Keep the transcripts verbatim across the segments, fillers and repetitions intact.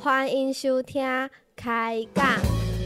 欢迎收听开讲。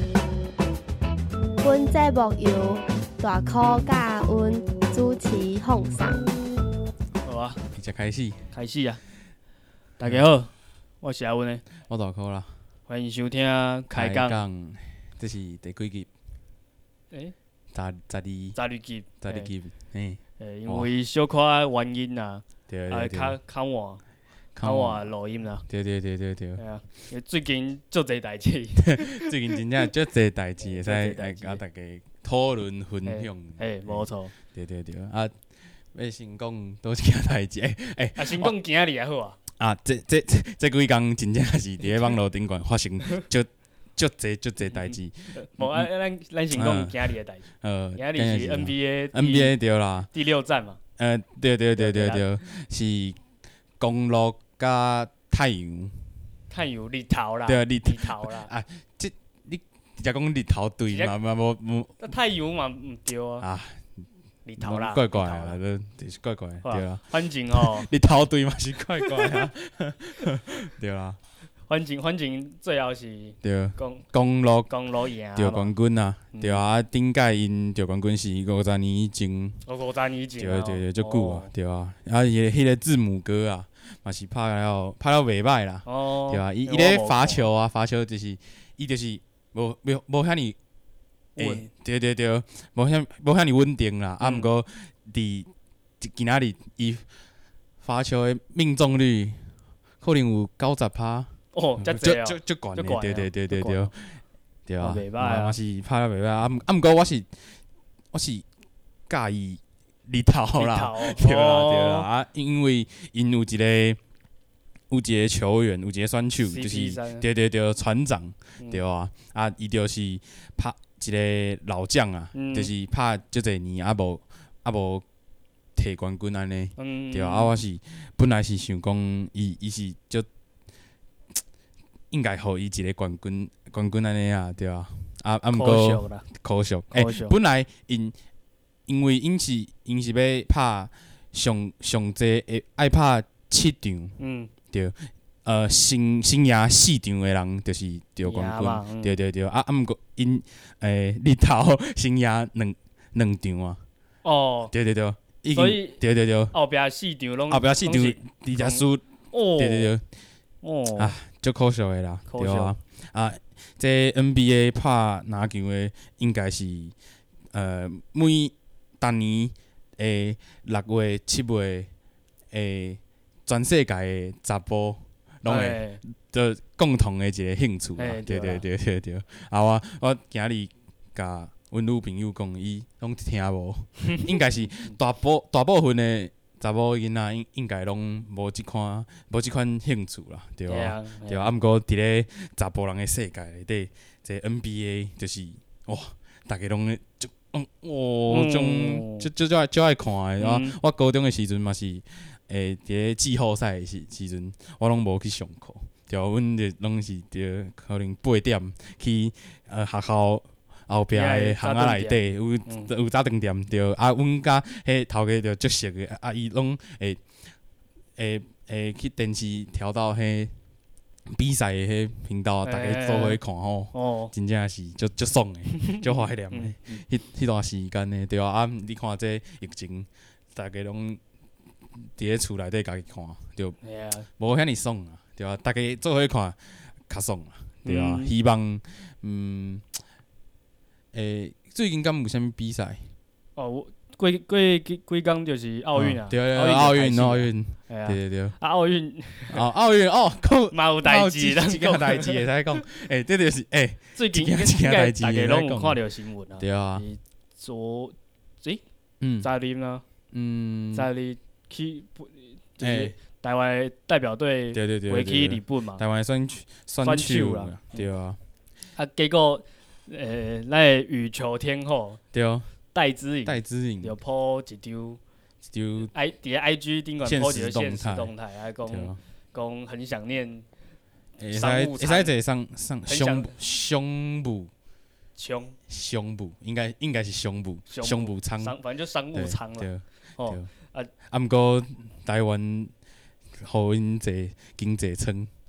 本节目由大考教阮主持奉送。 好啊， 直接开始， 开始啊！大家好，我是阿文诶， 我大考啦。 欢迎收听开讲。 这是第几集？ 诶， 十十二， 十二集， 十二集，嘿。 诶，因为小可原因啊，啊， 对对对。 较较晚，较晚录音啦。 对对对对对。 系啊，因为最近足侪代志。 最近真正足侪代志，会使来甲大家讨论分享。 诶，无错。 对对对，啊，要先讲倒一件代志，诶诶。 啊，先讲今日也好啊。 啊，这这这这几工真正是伫咧网络顶悬发生足足侪足侪代志。 无啊，咱咱先讲今日的代志。 呃， 今日是 N B A。N B A 对啦。 第六战嘛。 呃，对对对对对，是公鹿甲太阳。 太阳日头啦。 对，日头啦。 啊，即你直接讲日头对嘛？嘛无无。 太阳嘛毋对啊。 啊。 日头啦。 怪怪啊，都就是怪怪，对啦。 反正吼。 日头对嘛是怪怪啊。对啦。 反正反正最后是。 对。 公公鹿。 公鹿赢。 得冠军啊！对啊，顶届因得冠军是五十年以前。 五十年以前。 对对对，足久啊，对啊。啊，伊迄个字母哥啊，嘛是拍了拍了袂歹啦。哦。对啊，伊伊咧罚球啊，罚球就是伊就是无无无遐尼。诶，对对对，无遐无遐尼稳定啦。啊，毋过伫今仔日伊罚球的命中率可能有九十趴。 哦，遮济哦， 足足悬的，对对对对对，对啊， 袂歹啊， 嘛是拍得袂歹。啊啊，毋过我是我是介意日头啦，对啦对啦。啊，因为因有一个有一个球员，有一个选手，就是对对对，船长，对啊。啊，伊就是拍一个老将啊，就是拍足侪年啊无啊无摕冠军安尼，对啊。啊，我是本来是想讲伊伊是足。应该互伊一个冠军，冠军安尼啊，对啊。啊啊，毋过可惜，诶，本来因因为因是因是要拍上上济会爱拍七场，嗯，对，呃，生生涯四场的人就是得冠军，对对对。啊啊，毋过因诶日头生涯两两场啊。哦。对对对。 所以。 对对对。 后壁四场拢。 后壁四场直接输。哦。对对对。哦。啊。足可惜的啦，对啊，啊，这 N B A 拍篮球的应该是呃每逐年诶六月、七月诶全世界的查甫拢会就共同的一个兴趣啦，对对对对对。啊，我我今日甲阮女朋友讲，伊拢听无，应该是大部大部分的。查某囡仔应应该拢无即款无即款兴趣啦，对啊，对啊。啊，毋过伫咧查甫人的世界内底，这 N B A 就是哇，大家拢咧就嗯哇种就就就爱就爱看的啊。我高中的时阵嘛是诶伫咧季后赛的时时阵，我拢无去上课，对啊，阮就拢是伫可能八点去呃学校。后壁的巷仔内底有有早餐店，对啊，阮甲迄头家就足熟的，啊，伊拢会会会去电视调到迄比赛的迄频道，大家做伙看吼，真正是足足爽的，足怀念的。迄迄段时间的，对啊，啊，你看这疫情，大家拢伫咧厝内底家己看，对，无遐尼爽啊，对啊，大家做伙看较爽啊，对啊，希望嗯。诶，最近敢有啥物比赛？ 哦，过过几几工就是奥运啊， 对奥运奥运，对对对。 啊，奥运， 哦，奥运哦， 嘛有代志， 咱讲代志会使讲。诶，这就是诶， 最近应该大家拢有看到新闻啊。 对啊。 昨诶，嗯，昨日呢，嗯，昨日去就是台湾代表队， 对对对， 回去日本嘛， 台湾选选手啦，对啊。 啊，结果。诶，咱的羽球天后对， 戴资颖， 戴资颖有 po 一张一张 i 伫咧 I G 顶管 po 一个现实动态，还讲讲很想念商务舱， 会使坐上上胸胸部胸胸部，应该应该是胸部胸部舱， 反正就商务舱啦。哦， 啊，啊，毋过台湾互因坐经济舱。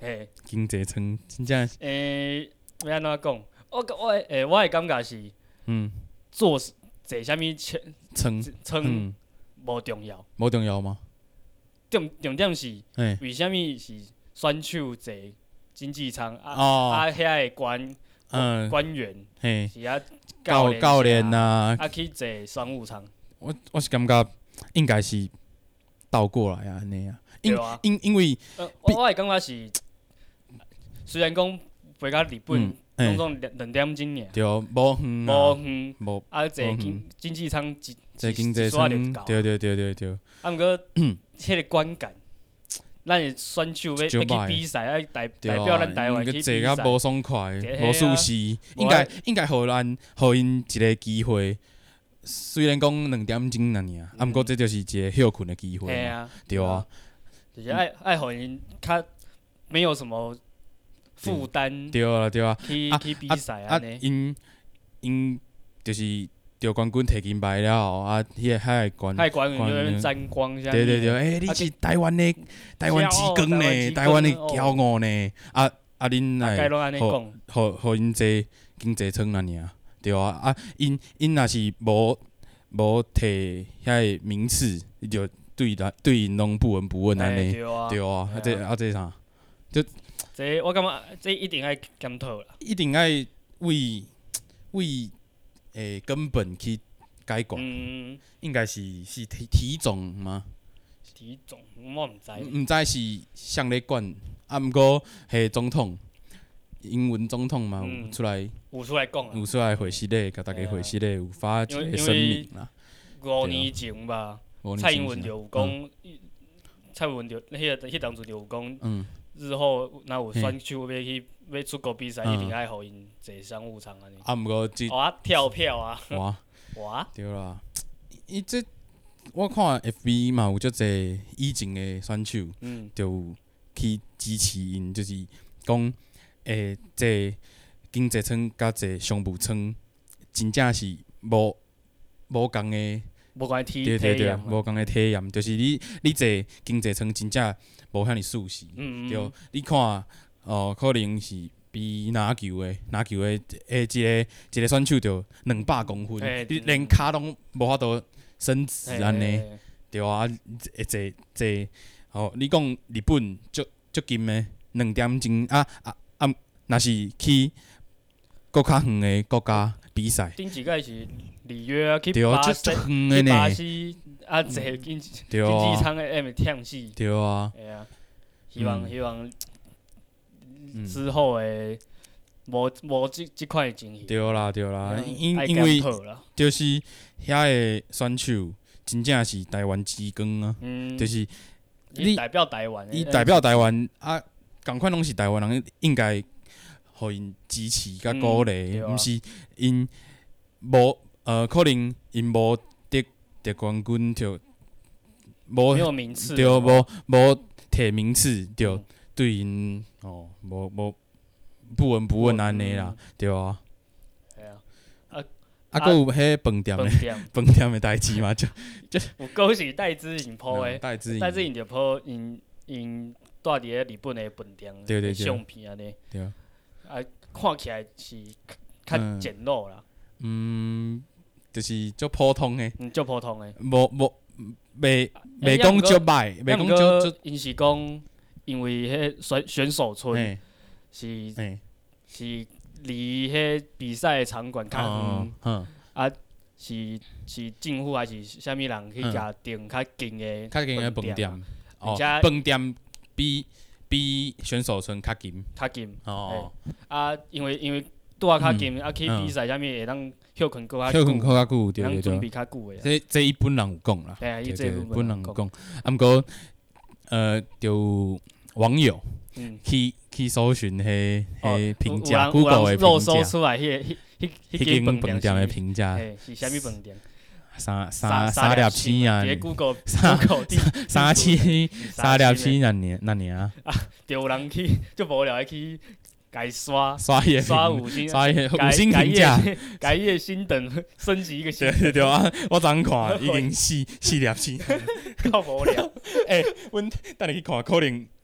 嘿， 经济舱真正。 诶，要安怎讲？我我诶，我诶感觉是，嗯，做坐啥物舱舱无重要。 无重要吗？ 重重点是，为虾米是选手坐经济舱啊？啊，遐个官官员是啊教教练啊，啊去坐商务舱。 我我是感觉应该是倒过来啊，安尼啊。因因因为， 我我会感觉是，虽然讲飞到日本，总总两两点钟尔。 对，无远无远，无啊坐经经济舱一坐经济舱就够。对对对对对。 啊，毋过，迄个观感，咱诶选手要要去比赛，啊代代表咱台湾去比赛。 坐甲无爽快，无舒适，应该应该互咱互因一个机会。虽然讲两点钟那尔，啊，毋过这就是一个休困的机会嘛，对啊。 就是爱爱互因较没有什么负担。 对啊对啊。 去去比赛安尼。啊，因因就是得冠军摕金牌了后，啊，迄个海冠。 海冠就在沾光啥。 对对对，诶，你是台湾的台湾之光呢，台湾的骄傲呢，啊啊，恁来互互互因坐经济舱那尔。对啊，啊，因因若是无无摕遐个名次，伊就对咱对因拢不闻不问安尼。 对啊， 对啊，啊这啊这啥？就这我感觉这一定爱检讨啦。 一定爱为为诶根本去改革。嗯。应该是是体体重吗？ 体重我毋知。 毋知是谁咧管，啊，毋过系总统。英文总统嘛，有出来， 有出来讲， 有出来回息咧，甲大家回息咧，有发一个声明啦。 五年前吧，蔡英文就有讲，蔡英文就迄个迄当初就有讲，日后若有选手要去要出国比赛，一定爱互因坐商务舱安尼。 啊，毋过即哇跳票啊！ 哇哇！ 对啦，伊这我看 F B 嘛有足侪以前的选手，就去支持因，就是讲。诶，坐经济舱甲坐商务舱，真正是无无共诶， 无共体对对对，无共诶体验。就是你你坐经济舱真正无遐尼舒适。嗯嗯。对，你看哦，可能是比篮球诶，篮球诶诶，一个一个选手着两百公分，你连骹拢无法度伸直安尼。对啊，会坐坐哦，你讲日本足足近诶，两点钟啊啊！啊，若是去搁较远的国家比赛， 顶一届是里约啊，去巴西，去巴西啊，坐经经济舱的下面忝死。 对啊。 系啊，希望希望之後的無無即即款的情形。 對啦對啦，因因為就是遐個選手真正是台灣之光啊，就是你代表台灣， 伊代表台灣啊。共款拢是台湾人，应该互因支持甲鼓励，毋、嗯啊、是因无呃可能因无得得冠军就无没有名次， 对，无无摕名次，就、嗯、对因哦无无不闻不问安尼啦，对啊。 系啊，啊啊，佫有迄饭店诶，饭店诶代志嘛，就就有go是戴资颖 po 诶， 戴资颖， 戴资颖就 po 因因。住伫咧日本的饭店相片安尼，啊，看起来是较简陋啦。 嗯，就是足普通的。 嗯，足普通的。 无无，袂袂讲足歹，袂讲足足。 因是讲，因为迄选选手村是是离迄比赛场馆较远，啊是是政府还是啥物人去甲订较近的较近的饭店，哦，饭店。比比选手村较近， 较近哦。啊，因为因为拄啊较近，啊去比赛啥物会当休困搁较久， 休困搁较久，对对对。 准备较久诶。 这这伊本人有讲啦， 对啊，伊这本人有讲。啊，毋过呃，就网友去去搜寻迄迄评价 ，Google 诶评价， 搜出来迄迄迄间饭店诶评价， 是啥物饭店？ 三三三粒星啊！ 三三星三粒星那年那年啊！ 啊，有人去就无聊去改刷刷伊刷五星， 刷伊五星评价， 改伊星等升级一个星。 对对啊！我昨看已经四四粒星， 够无聊。 诶，阮等下去看，可能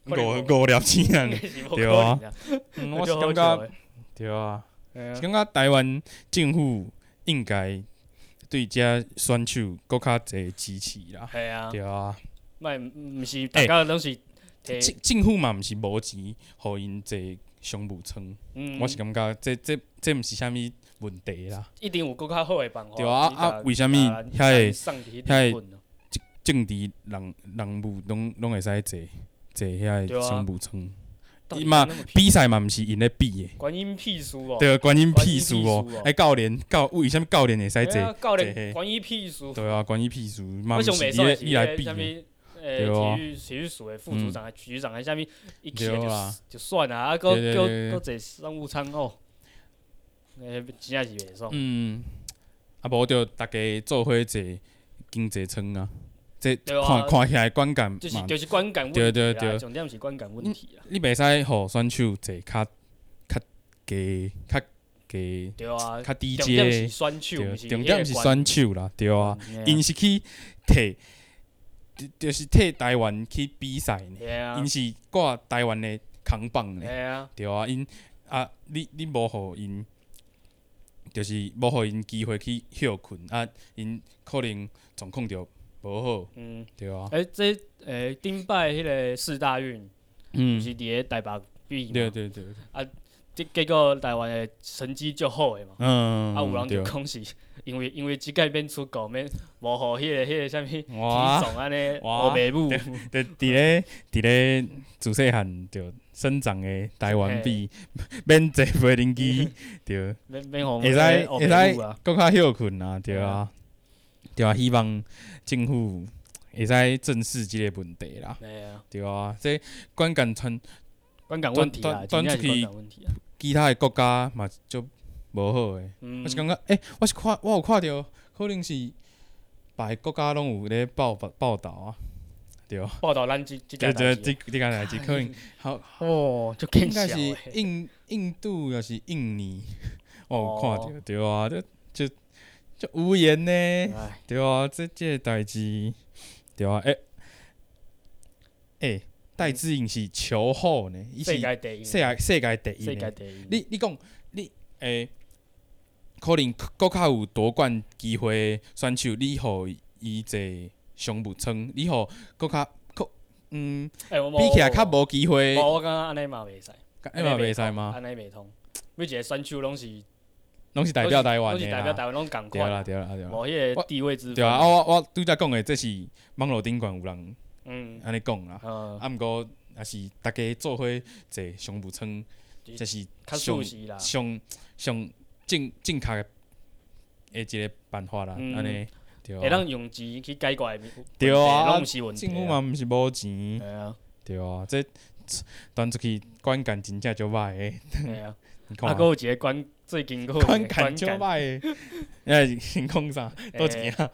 五五粒星啊，对啊，我是感觉，对啊，是感觉台湾政府应该对遮选手搁较侪支持啦，对啊， 莫毋是大家拢是。 政政府嘛，毋是无钱，互因坐商务舱。嗯、我是感觉这这这毋是啥物问题啦。 一定有更较好诶办法。 对啊啊，为虾米遐个遐个政治人人物拢拢会使坐坐遐个商务舱？伊嘛比赛嘛，毋是因咧比诶。 观音屁事哦。 对，观音屁事哦。哎，教练教为虾米教练会使坐？ 教练观音屁事。 对啊，观音屁事嘛，毋是伊伊来比。 诶，体育体育署的副组长、局长，还下面一起就就算啦，啊，搁搁搁坐商务舱哦，诶，真正是袂爽。 嗯，啊，无就大家做伙坐经济舱啊，这看看起来观感嘛， 就是就是观感问题啦。对对对，重点是观感问题啦。 你袂使互选手坐较较低较低， 对啊， 较低阶。 重点是选手， 重点是选手啦，对啊，因是去摕。就是替台湾去比赛呢，因是挂台湾的扛棒呢，对啊，因啊，你你无互因，就是无互因机会去休困啊，因可能状况就无好，嗯，对啊。 诶、欸，这诶顶摆迄个四大运，嗯，是伫咧台北比嘛， 对对对。 啊，结结果台湾的成绩足好诶嘛，嗯，啊有人就讲是。因为因为即届免出国，免无互迄个迄个啥物体重安尼乌白母， 就伫咧伫咧自细汉就生长诶台湾比免坐飞轮机，对，会使会使搁较休困啊，对啊，对啊，希望政府会使正视即个问题啦，对啊，这观感传观感问题啦， 传出去其他诶国家嘛就。无好诶，嗯、我是感觉，诶、欸，我是看，我有看到，可能是别个国家拢有咧报报道啊，对。 报道咱即即件代志。即即件代志可能好哦，就应该是印印度又是印尼，我有看到，对啊，就就就无言呢，对啊，这这个代志，对啊，诶、欸、诶、欸，戴资颖是球后呢，伊是世界第一，世界世界第一，世界第一，你你讲你诶。可能搁较有夺冠机会选手，你互伊坐商务舱，你互搁较可嗯，欸、比起来较无机会。 无，我感觉安尼嘛袂使。 安尼嘛袂使吗？ 安尼袂通。每一个选手拢是拢是代表台湾的啦。 拢是代表台湾拢共款。 对啦对啦对啦。 无迄个地位之分。 对啊，我我拄则讲的，这是网络顶悬有人嗯安尼讲啦。嗯。啊，毋过也是大家做伙坐商务舱，这是上上上。正正确诶一个办法啦，安尼、嗯、对啊。 会当用钱去解决诶问题， 对啊， 拢毋是问题。 政府嘛毋是无钱，对啊，对啊，这传出去观感真正足歹诶。 对啊，啊，搁有一个观最近个观感足歹诶，哎，先讲啥？倒一个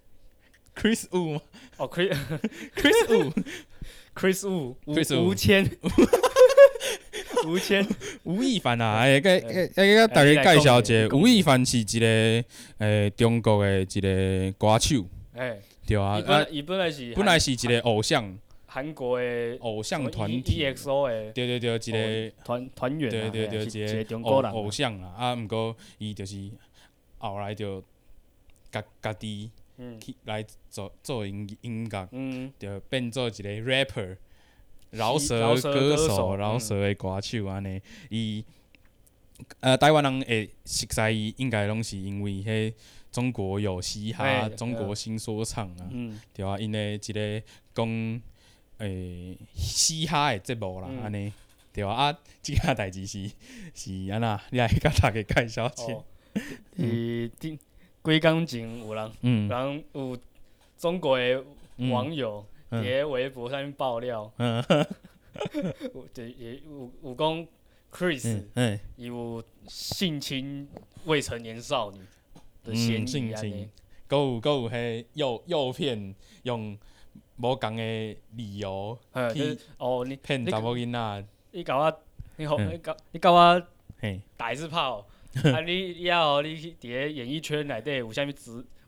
？Chris Wu 吗？ 哦，Chris Chris Wu，Chris Wu， 吴吴谦。吴谦、 吴亦凡啊，诶，个个个大家介绍一下，吴亦凡是一个诶中国诶一个歌手，诶，对啊， 啊，伊本来是本来是一个偶像， 韩国诶偶像团体 E X O 诶， 对对对，一个团团员， 对对对，一个中国人偶像啦，啊，毋过伊就是后来就家家己去来做做音音乐，嗯，就变做一个 rapper。饶舌歌手、饶舌的歌手安尼，伊呃台湾人会熟悉伊，应该拢是因为迄中国有嘻哈、中国新说唱啊，嗯、对啊，因的一个讲诶嘻哈的节目啦，安尼、嗯、对啊，啊，即件代志是是安那，你来甲大家介绍下。 哦，是顶几工前有人，嗯、人有中国的网友。嗯伫咧微博上面爆料，嗯、就也有有讲 Chris 伊、嗯、有性侵未成年少女的嫌疑安尼， 佮有佮有迄诱诱骗用无共的理由去哦，你骗查某囡仔， 你甲我，你好，你甲你甲我打一次炮，啊你以后你伫咧演艺圈内底有啥物资？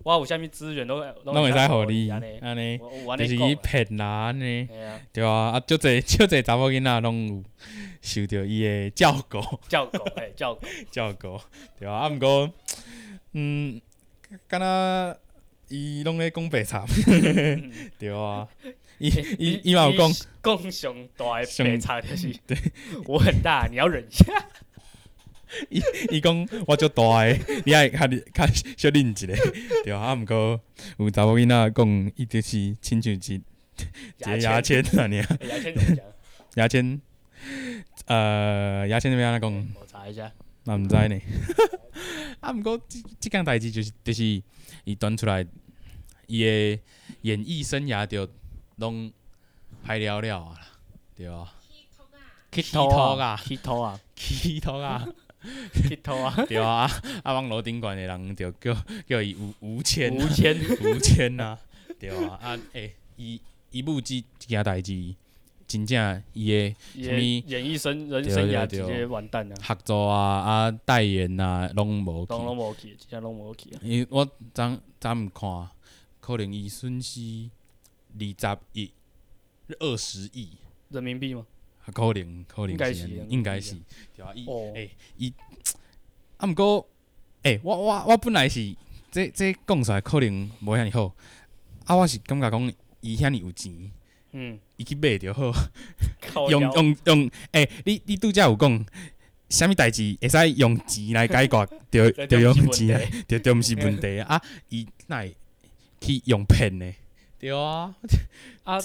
我有啥物资源都拢会使互你，安尼，就是去骗人安尼，对啊，啊，足侪足侪查某囡仔拢有受到伊的照顾， 照顾，嘿，照顾， 照顾，对啊，啊，毋过，嗯，敢若伊拢咧讲白贼，对啊，伊伊伊嘛有讲， 讲上大的白贼就是，我很大，你要忍一下。 伊伊讲我足大诶，你爱较较小忍一下，对啊。啊，毋过有查某囡仔讲，伊就是亲像一一个牙签安尼啊。 牙签怎么讲？ 牙签，呃，牙签要安怎讲？ 我查一下。 嘛毋知呢。啊，毋过即即件代志就是就是伊端出来，伊诶演艺生涯就拢歹了了啊，对啊。 乞讨啊！乞讨啊！ 乞讨啊！ 乞讨啊！ 对啊，啊，网络顶悬的人就叫叫伊吴吴谦， 吴谦， 吴谦啊，对啊，啊，诶，伊伊母即即件代志，真正伊的什么演艺生人生涯直接完蛋啊！ 合作啊，啊，代言啊，拢无去， 拢无去，真正拢无去啊！ 因我昨昨毋看，可能伊损失二十亿、二十亿人民币吗？ 可能，可能是，应该是，对啊，伊，诶，伊，啊，毋过，诶，我我我本来是，这这讲出来可能无遐尼好，啊，我是感觉讲伊遐尼有钱，嗯，伊去买就好，用用用，诶，你你拄则有讲，啥物代志会使用钱来解决，就就用钱来，就就毋是问题啊，伊哪会去用骗呢？对啊， 啊。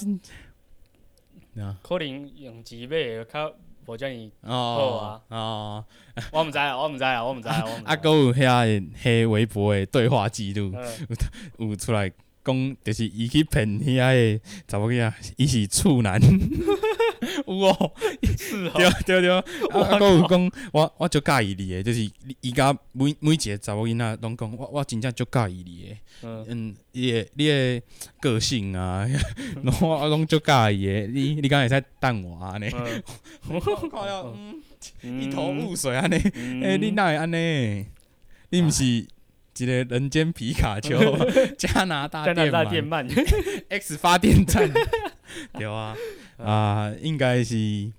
可能用钱买的较无遮尔好啊！哦，我毋知啊，我毋知啊，我毋知啊，我毋知。 啊，佮有遐黑微博的对话记录，有有出来讲，就是伊去骗遐个查某囝，伊是处男。有哦， 是哦， 对对对，啊，佮有讲，我我足介意你的，就是伊甲每每一个查某囡仔拢讲，我我真正足介意你的。嗯，你的你的个性啊，我我拢足介意的，你你敢会使等我安尼？我看了，嗯，一头雾水安尼，诶，你哪会安尼？你毋是一个人间皮卡丘，加拿大电鳗 ，X 发电站，对啊，啊，应该是。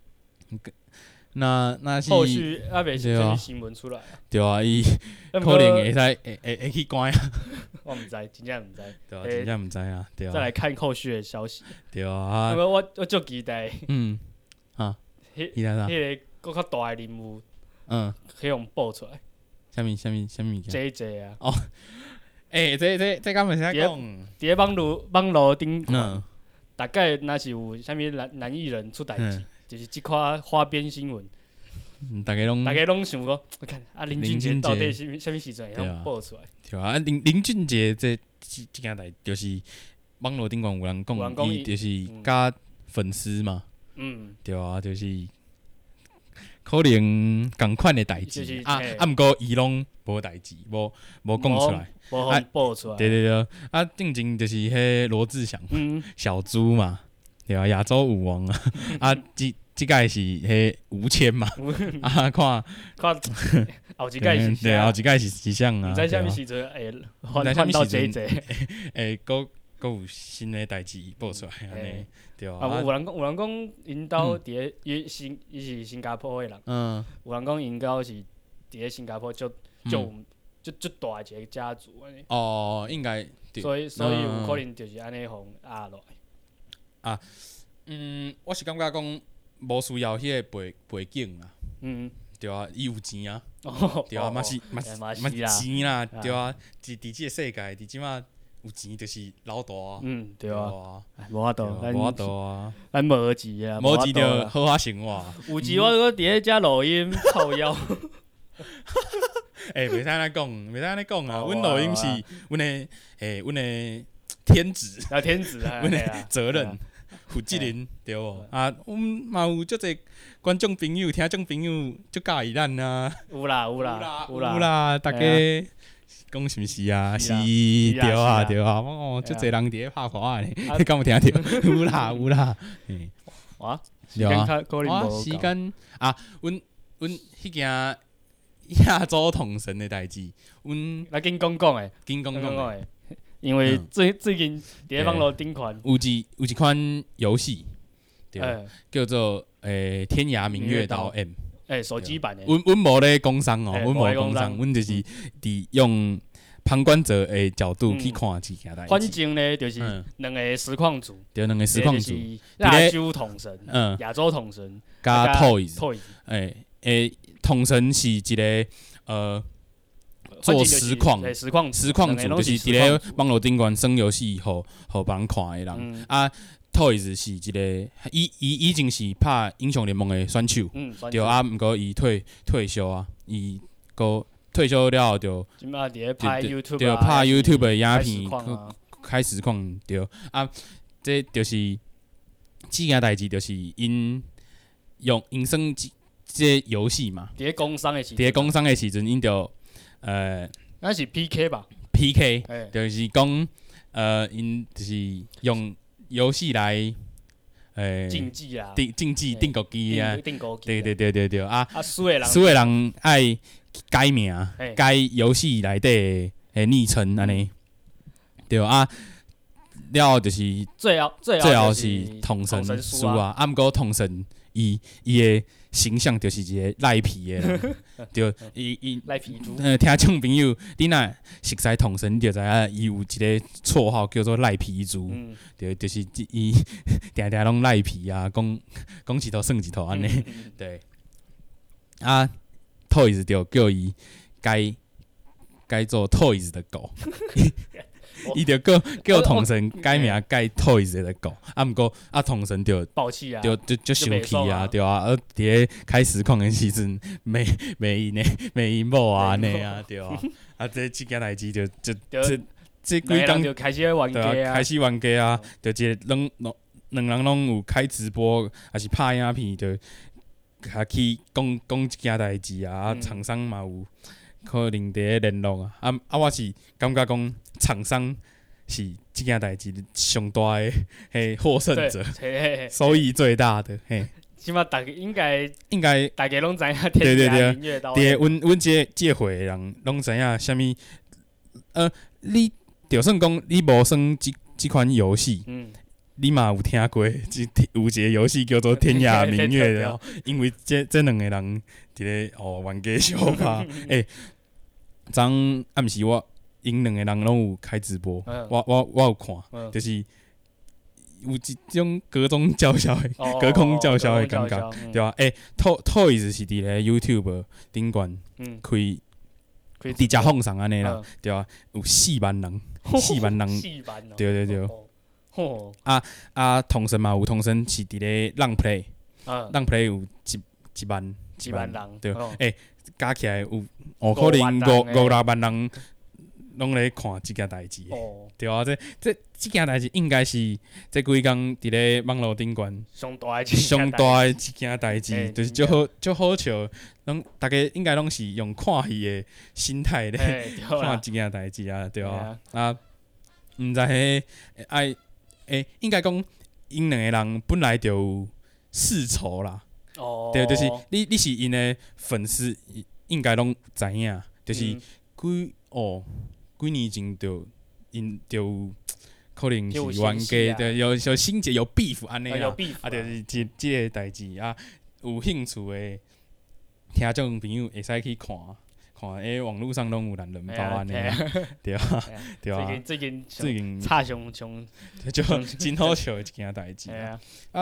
那那是后续啊，袂是啥物新闻出来啊？ 对啊，伊可能会使会会会去关啊。 我毋知，真正毋知。 对啊，真正毋知啊。对啊。 再来看后续的消息。 对啊。 因为我我足期待。嗯。 啊。 迄迄个搁较大的任务。嗯。可以用报出来。 啥物啥物啥物物件 ？J J 啊。 哦。诶，这这这敢袂使讲？ 伫咧网络网络顶，大概若是有啥物男男艺人出代志。就是即款花边新闻， 嗯，大家拢大家拢想讲，我看啊林俊杰到底是啥物时阵会晓爆出来？ 对啊，林林俊杰这即即件代就是网络顶悬有人讲，伊就是甲粉丝嘛，嗯，对啊，就是可能共款的代志啊，啊，毋过伊拢无代志，无无讲出来， 无爆出来。 对对对，啊，正经就是迄罗志祥，小猪嘛。对啊，亚洲舞王啊，啊，即即届是迄吴谦嘛，啊，看看后一届是对，后一届是是啥啊？ 毋知啥物时阵会换换到 J J， 诶，佫佫有新诶代志爆出来安尼，对啊。 啊，有人讲有人讲因兜伫咧伊新伊是新加坡诶人，嗯，有人讲因兜是伫咧新加坡就就就就大一个家族安尼。 哦，应该。 所以所以有可能就是安尼互压落来。 啊，嗯，我是感觉讲无需要迄个背背景啊，嗯，对啊，伊有钱啊，对啊，嘛是嘛是嘛是钱啦，对啊，伫伫即个世界，伫即马有钱就是老大啊， 嗯，对啊，无法度， 无法度啊， 咱无钱啊， 无钱就好好生活。 有钱我搁伫咧遮录音靠腰。 诶，袂使安尼讲，袂使安尼讲啊，阮录音是阮诶，诶，阮诶天职， 啊天职啊， 阮诶责任。负责任对无？啊，阮嘛有足侪观众朋友、听众朋友足介意咱啊。 有啦有啦有啦有啦，大家讲是毋是啊？是对啊对啊，哦，足侪人伫咧拍花呢，你敢有听着？有啦有啦。 哇，时间较可能无。 时间啊，阮阮迄件亚洲统神的代志，阮来紧讲讲诶， 紧讲讲诶， 因为最最近伫网络顶款有一有一款游戏，对，叫做诶《天涯明月刀 M》。 诶，手机版诶。 阮阮无咧工商哦，阮无工商，阮就是伫用旁观者的角度去看即件代志。 反正呢，就是两个实况组， 对，两个实况组， 亚洲统神，嗯，亚洲统神， 加 Toys， 诶诶，统神是一个呃做实况， 实况实况组，就是伫咧网络顶悬耍游戏，互互别人看的人。啊 ，Toys 是一个，伊伊以前是拍英雄联盟的选手，对啊，毋过伊退退休啊，伊个。退休了后就， 就拍 YouTube 就拍 YouTube 的影片，开实况对啊，这就是即件代志，就是因用因算即这游戏嘛。 伫咧工商的时阵， 伫咧工商的时阵，因就呃， 那是 P K 吧 ？P K， 就是讲呃，因就是用游戏来。诶， 竞技啊， 定竞技定国机啊，对对对对对啊！ 啊，输的人， 输的人爱改名，改游戏内底诶昵称安尼，对啊。了后就是最后最后是统神输啊，啊，毋过统神伊伊诶形象就是一个赖皮诶，对，伊伊赖皮猪。 呃，听众朋友，你若熟悉统神，你就知影伊有一个绰号叫做赖皮猪，嗯、对，就是伊定定拢赖皮啊，讲讲一头算一头安尼，嗯、对。啊 ，Toys 就叫伊改改做 Toys 的狗。伊就叫叫统神改名改 Toys 的狗，啊毋过啊统神就爆气啊， 就就就生气啊，对啊，而伫咧开实况的时阵，骂骂伊呢，骂伊某啊安尼啊，对啊，啊这即件代志就就这这几工就开始玩家啊， 开始玩家啊，就一个两两人拢有开直播，还是拍影片，就甲去讲讲即件代志啊，啊厂商嘛有。可能伫咧联络啊，啊啊！我是感觉讲厂商是即件代志上大诶，嘿获胜者，收益最大的嘿。 起码大家应该应该大家拢知影天涯明月刀。 对对对，阮阮即即会诶人拢知影啥物？呃，你就算讲你无算即即款游戏，嗯，你嘛有听过即有一个游戏叫做《天涯明月刀》，因为这这两个人伫咧哦玩家相拍，诶。昨暗时我因两个人拢有开直播，嗯、我我我有看，嗯、就是有一种隔中叫嚣的、哦、隔空叫嚣的感觉，嗯、对吧？诶、欸、，Toys 是伫咧 YouTube 顶悬开，伫遮放送安尼啦，对吧？有四万人，四万人，对对对。哦、啊啊，同神嘛有同神是伫咧浪 play， 浪、嗯、play 有一一万一万人， 对，诶、哦。欸加起来有，有可能五五六万人拢咧看即件代志，哦、对啊，这这即件代志应该是这几工伫咧网络顶悬上大上大诶一件代志，欸、就是足好足好笑，拢大家应该拢是用看戏诶心态咧、欸、看即件代志啊，对啊，啊，啊毋知迄爱诶，应该讲因两个人本来就有世仇啦。哦，对，就是你，你是因的粉丝，应该拢知影，就是几、嗯、哦，几年前就因就可能是冤家，对，有有心结，有 beef 安尼啦，啊，就是即即个代志啊，有兴趣的听众朋友会使去看，看诶，网络上拢有人人包安尼，对啊，对啊， 最近最近差上上就真好笑的一件代志啊。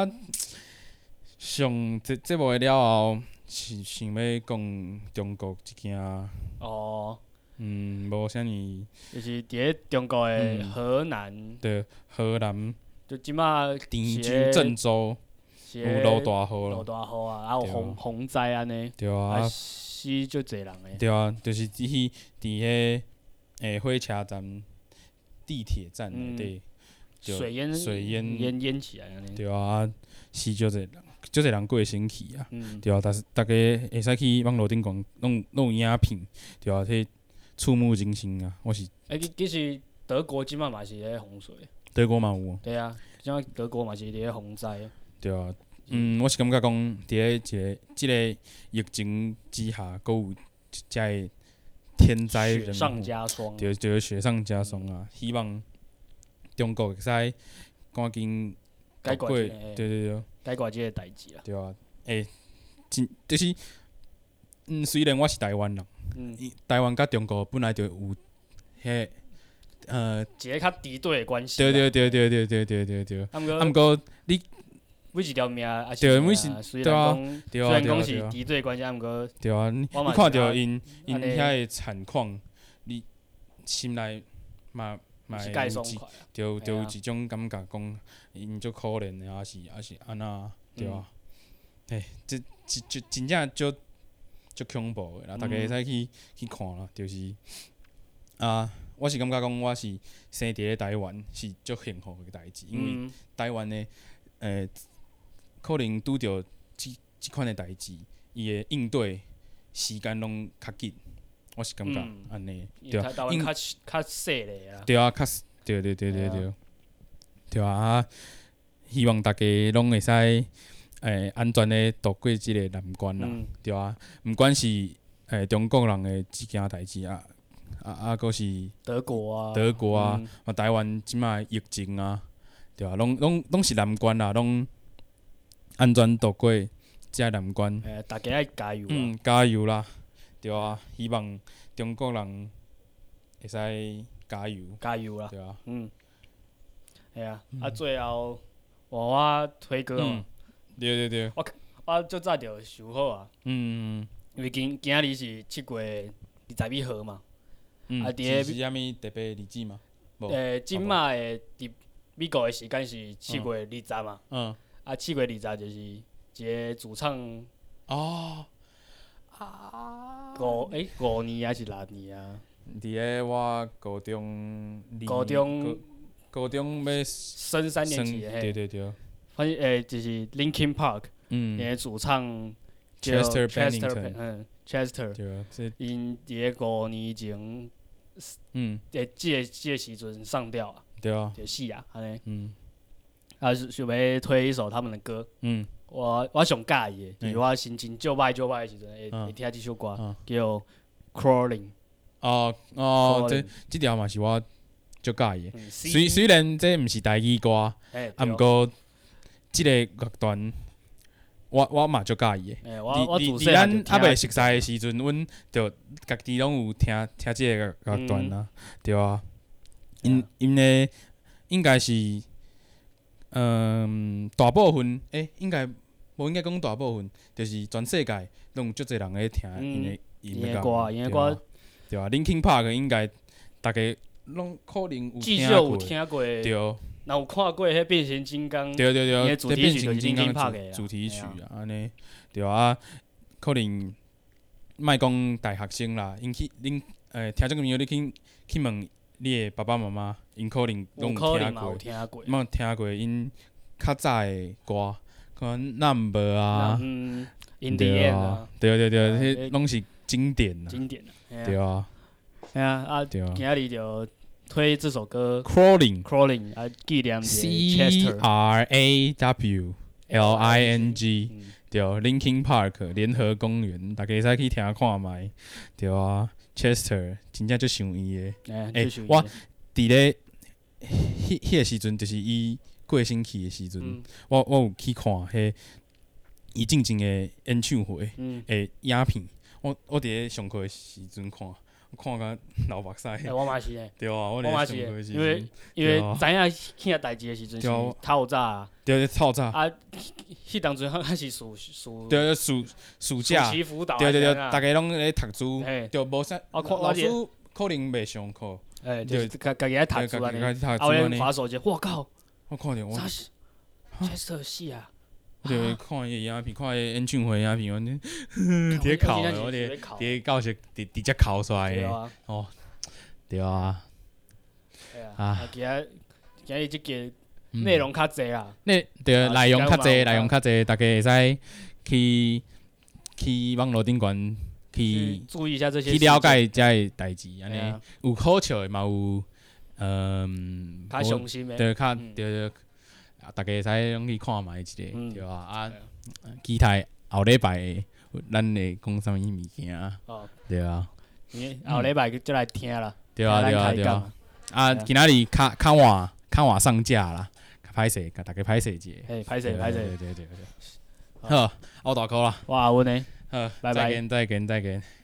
上这这部了后，是想要讲中国一件哦，嗯，无啥物， 就是伫咧中国的河南， 对，河南， 就即马滇州、郑州有落大雨咯， 落大雨啊，还有洪洪灾安尼， 对啊， 死足侪人诶， 对啊，就是伫迄伫迄诶火车站、地铁站内底， 水淹水淹淹淹起来安尼， 对啊，死足侪人。足侪人过身去啊，嗯、对啊，但是大家会使去网络顶讲，弄弄影片，对啊，迄触目惊心啊！我是诶，其实德国即马嘛是咧洪水， 德国嘛有。 对啊，即马德国嘛是咧洪灾。 对啊，嗯，我是感觉讲，伫咧一个即个疫情之下，阁有遮个天灾人祸， 雪上加霜， 对对，雪上加霜啊！希望中国会使赶紧解过， 决对对对， 解决即个代志啊。 对啊，诶，真就是，嗯，虽然我是台湾人， 嗯， 台湾甲中国本来就有迄呃， 一个较敌对的关系。 对对对对对对对对对。啊，毋过你每一条命也是每是虽然讲虽然讲是对敌对关系，啊，毋过对啊，你你看着因因遐个惨况，你心内嘛嘛会有一，就就有一种感觉讲，因足可怜的，还是还是安那，对啊。嘿，这这这真正足足恐怖的啦，大家会使去去看啦，就是啊，我是感觉讲我是生伫咧台湾是足幸福的代志，因为台湾的诶。可能拄着即即款的代志，伊的应对时间拢较紧，我是感觉安尼，对啊， 因较较细咧啊， 对啊，较对对对对对，对啊，啊，希望大家拢会使诶安全的度过即个难关啦，对啊，毋管是诶中国人的即件代志啊，啊啊，搁是德国啊， 德国啊，啊台湾即摆疫情啊，对啊，拢拢拢是难关啦，拢。安全度过遮难关， 诶，大家爱加油嗯，加油啦，对啊，希望中国人会使加油， 加油啦， 对啊， 嗯，系啊，啊，最后换我推歌嘛， 对对对， 我我足早就想好啊， 嗯， 因为今今日是七月二十一号嘛， 啊，是是啥物特别日子嘛？ 诶，即卖诶，伫美国诶时间是七月二十嘛。 嗯。 啊，七月二十就是一个主唱哦啊， 五诶五年还是六年啊？ 伫个我高中， 高中高中要升三年级诶， 对对对， 反正诶就是 Linkin Park，嗯，诶主唱 Chester Bennington， 嗯 Chester， 对啊， 因伫个五年前，嗯，诶即个即个时阵上吊啊， 对啊， 就死啊，安尼， 嗯。 啊，想要推一首他们的歌。嗯，我我上介意的，就是我心情就歹就歹的时阵，会会听即首歌，叫《Crawling》。 哦哦，这这条嘛是我足介意的。虽虽然这毋是台语歌，啊，毋过即个乐团，我我嘛足介意的。伫伫咱还袂熟悉的时阵，阮就家己拢有听听即个乐团啊，对啊。因因为应该是。嗯，大部分诶、欸，应该无应该讲大部分，就是全世界拢有足侪人咧听因的音乐歌，音乐歌对啊 Linkin Park 应该大家拢可能有听过，有听过， 对， 若有看过迄变形金刚， 对对对， 主题曲就是 Linkin Park 的主题曲啊，安尼对啊，可能莫讲大学生啦，因去恁诶听这个音乐，你去去问。你的爸爸妈妈，因可能拢有听过，冇听过因较早的歌，可能 Number 啊， 对啊， 对对对，迄拢是经典啊， 经典啊， 对啊， 系啊啊，今日就推这首歌 Crawling，Crawling 啊，纪念 C R A W L I N G， 对 ，Linkin Park 联合公园，大家使去听看卖，对啊。Chester 真正足想伊诶，诶，我伫咧迄迄个时阵，就是伊过身去诶时阵，嗯、我我有去看迄伊进前诶演唱会诶影片，我我伫咧上课诶时阵看，我看甲流目屎。 欸、我嘛是诶， 对啊，我伫咧上课诶时阵，因为因为知影起代志诶时阵是透早啊， 对，透早啊，迄当阵还是暑暑对暑暑假， 暑期辅导， 对对对，大家拢咧读书，就无啥， 老师可能袂上课， 诶，就家家己咧读书安尼，啊，我咧滑手机，我靠， 我看着我 ，Chester 死啊！ 我就看伊影片，看伊演唱会影片，我咧伫咧哭诶，我伫伫咧教室直直接哭出来诶，哦，对啊， 啊，今日今日即个。内容较济啊， 内对内容较济，内容较济，大家会使去去网络顶悬去注意一下这些， 去了解遮个代志，安尼有好笑诶，嘛有嗯， 较伤心诶， 对，较对对，大家会使拢去看卖一个，对啊，啊，期待后礼拜咱会讲啥物物件啊？哦，对啊。 后礼拜就来听啦。 对啊，对啊，对啊。啊，今仔日较较晚较晚上架啦，歹势，甲大家歹势者。 嘿，歹势，歹势。 对对对对。好，我大箍啦。 我阿文诶。 好， 拜拜。 再见，再见，再见。